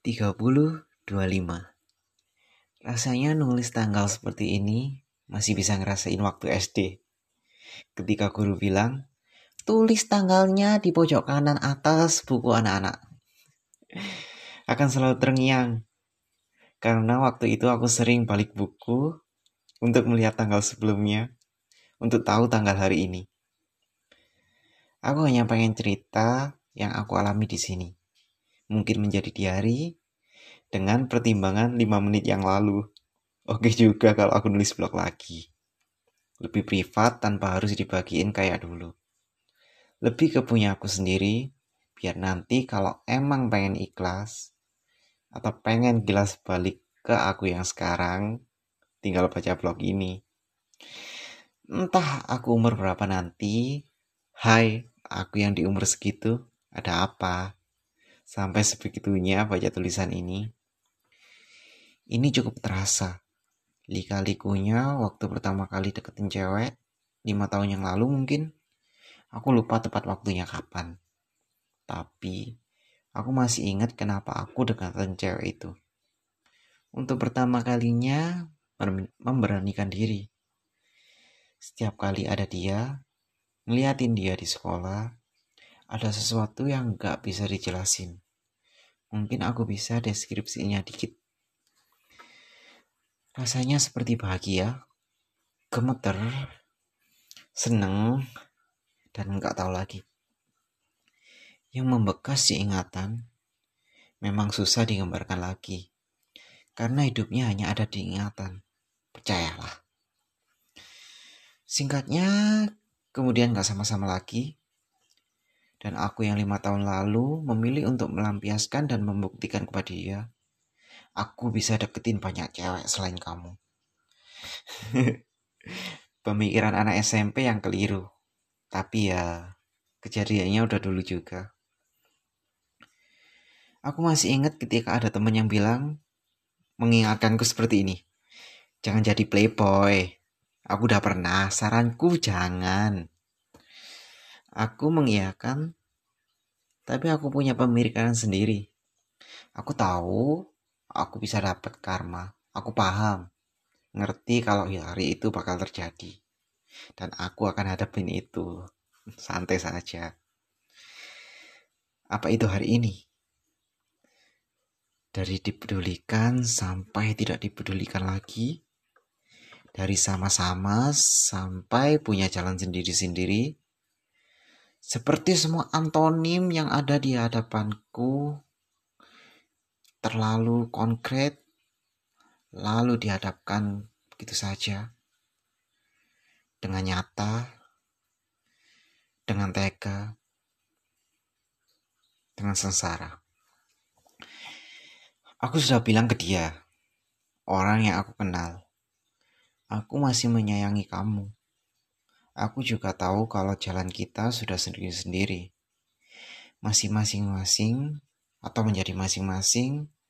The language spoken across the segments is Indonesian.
30.25. Rasanya nulis tanggal seperti ini masih bisa ngerasain waktu SD. Ketika guru bilang, tulis tanggalnya di pojok kanan atas buku anak-anak. Akan selalu terngiang. Karena waktu itu aku sering balik buku untuk melihat tanggal sebelumnya, untuk tahu tanggal hari ini. Aku hanya pengen cerita yang aku alami di sini. Mungkin menjadi diari dengan pertimbangan 5 menit yang lalu. Oke juga kalau aku nulis blog lagi. Lebih privat tanpa harus dibagiin kayak dulu. Lebih ke punya aku sendiri, biar nanti kalau emang pengen ikhlas, atau pengen kilas balik ke aku yang sekarang, tinggal baca blog ini. Entah aku umur berapa nanti, hai, aku yang di umur segitu, ada apa? Sampai sebegitunya baca tulisan ini. Ini cukup terasa. Lika-likunya waktu pertama kali deketin cewek, 5 tahun yang lalu mungkin. Aku lupa tepat waktunya kapan. Tapi, aku masih ingat kenapa aku deketin cewek itu. Untuk pertama kalinya, memberanikan diri. Setiap kali ada dia, ngeliatin dia di sekolah, ada sesuatu yang gak bisa dijelasin. Mungkin aku bisa deskripsinya dikit. Rasanya seperti bahagia, gemeter, seneng, dan gak tahu lagi. Yang membekas di ingatan memang susah digambarkan lagi. Karena hidupnya hanya ada di ingatan. Percayalah. Singkatnya, kemudian gak sama-sama lagi. Dan aku yang 5 tahun lalu memilih untuk melampiaskan dan membuktikan kepada dia, aku bisa deketin banyak cewek selain kamu. Pemikiran anak SMP yang keliru. Tapi ya, kejadiannya udah dulu juga. Aku masih ingat ketika ada teman yang bilang, mengingatkanku seperti ini. Jangan jadi playboy. Aku udah pernah, saranku jangan. Aku mengiyakan, tapi aku punya pemikiran sendiri. Aku tahu, aku bisa dapat karma. Aku paham, ngerti kalau hari itu bakal terjadi. Dan aku akan hadapin itu. Santai saja. Apa itu hari ini? Dari dipedulikan sampai tidak dipedulikan lagi. Dari sama-sama sampai punya jalan sendiri-sendiri. Seperti semua antonim yang ada di hadapanku terlalu konkret, lalu dihadapkan begitu saja. Dengan nyata, dengan tega, dengan sengsara. Aku sudah bilang ke dia, orang yang aku kenal, aku masih menyayangi kamu. Aku juga tahu kalau jalan kita sudah sendiri-sendiri. Masih masing-masing atau menjadi masing-masing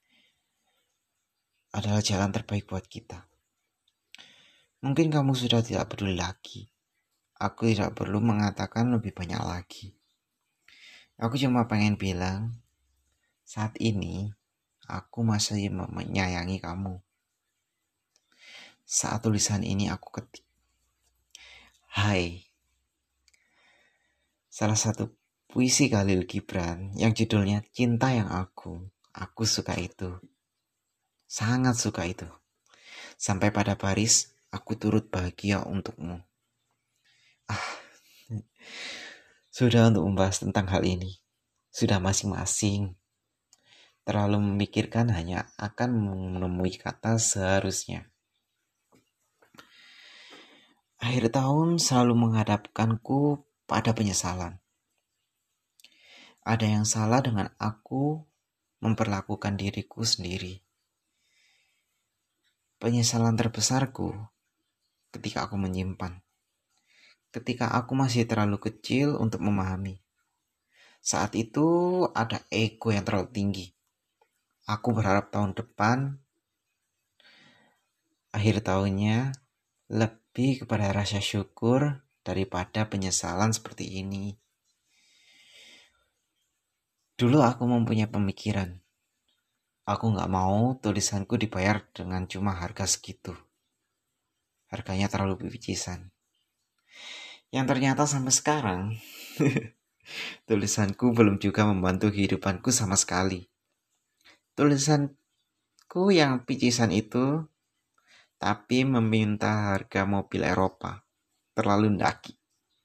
adalah jalan terbaik buat kita. Mungkin kamu sudah tidak peduli lagi. Aku tidak perlu mengatakan lebih banyak lagi. Aku cuma pengen bilang, saat ini aku masih menyayangi kamu. Saat tulisan ini aku ketik, hai. Salah satu puisi Khalil Gibran yang judulnya Cinta Yang Aku suka itu. Sangat suka itu. Sampai pada baris, aku turut bahagia untukmu. Sudah untuk membahas tentang hal ini. Sudah masing-masing. Terlalu memikirkan hanya akan menemui kata seharusnya. Akhir tahun selalu menghadapkanku pada penyesalan. Ada yang salah dengan aku memperlakukan diriku sendiri. Penyesalan terbesarku ketika aku menyimpan. Ketika aku masih terlalu kecil untuk memahami. Saat itu ada ego yang terlalu tinggi. Aku berharap tahun depan, akhir tahunnya, lebih kepada rasa syukur daripada penyesalan seperti ini. Dulu aku mempunyai pemikiran, Aku nggak mau tulisanku dibayar dengan cuma harga segitu. Harganya terlalu picisan. Yang ternyata sampai sekarang, tulisanku belum juga membantu kehidupanku sama sekali. Tulisanku yang picisan itu, tapi meminta harga mobil Eropa. Terlalu ndaki.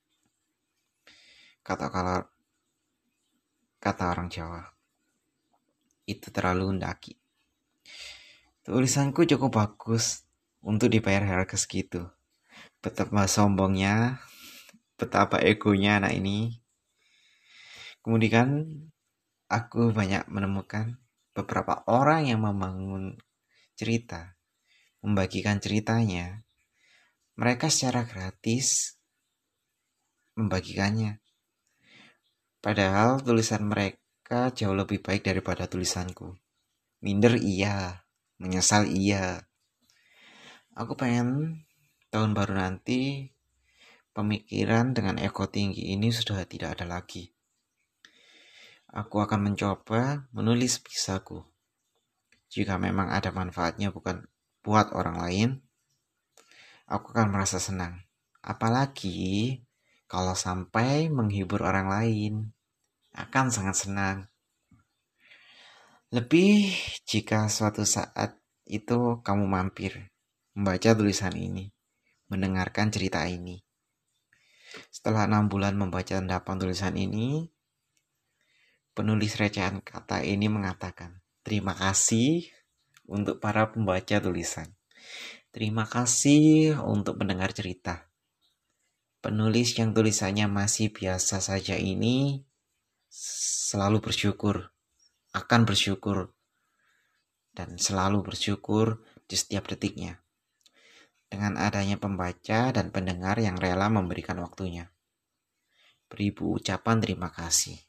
Kata orang Jawa. Itu terlalu ndaki. Tulisanku cukup bagus untuk dibayar harga segitu. Betapa sombongnya, betapa egonya anak ini. Kemudian aku banyak menemukan beberapa orang yang membangun cerita, membagikan ceritanya. Mereka secara gratis membagikannya. Padahal tulisan mereka jauh lebih baik daripada tulisanku. Minder iya, menyesal iya. Aku pengen tahun baru nanti pemikiran dengan ego tinggi ini sudah tidak ada lagi. Aku akan mencoba menulis bisaku. Jika memang ada manfaatnya bukan buat orang lain, aku akan merasa senang. Apalagi kalau sampai menghibur orang lain, akan sangat senang. Lebih jika suatu saat itu kamu mampir, membaca tulisan ini, mendengarkan cerita ini. Setelah 6 bulan membaca 8 tulisan ini, penulis recehan kata ini mengatakan, terima kasih untuk para pembaca tulisan. Terima kasih untuk mendengar cerita. Penulis yang tulisannya masih biasa saja ini selalu bersyukur, akan bersyukur, dan selalu bersyukur di setiap detiknya. Dengan adanya pembaca dan pendengar yang rela memberikan waktunya. Beribu ucapan terima kasih.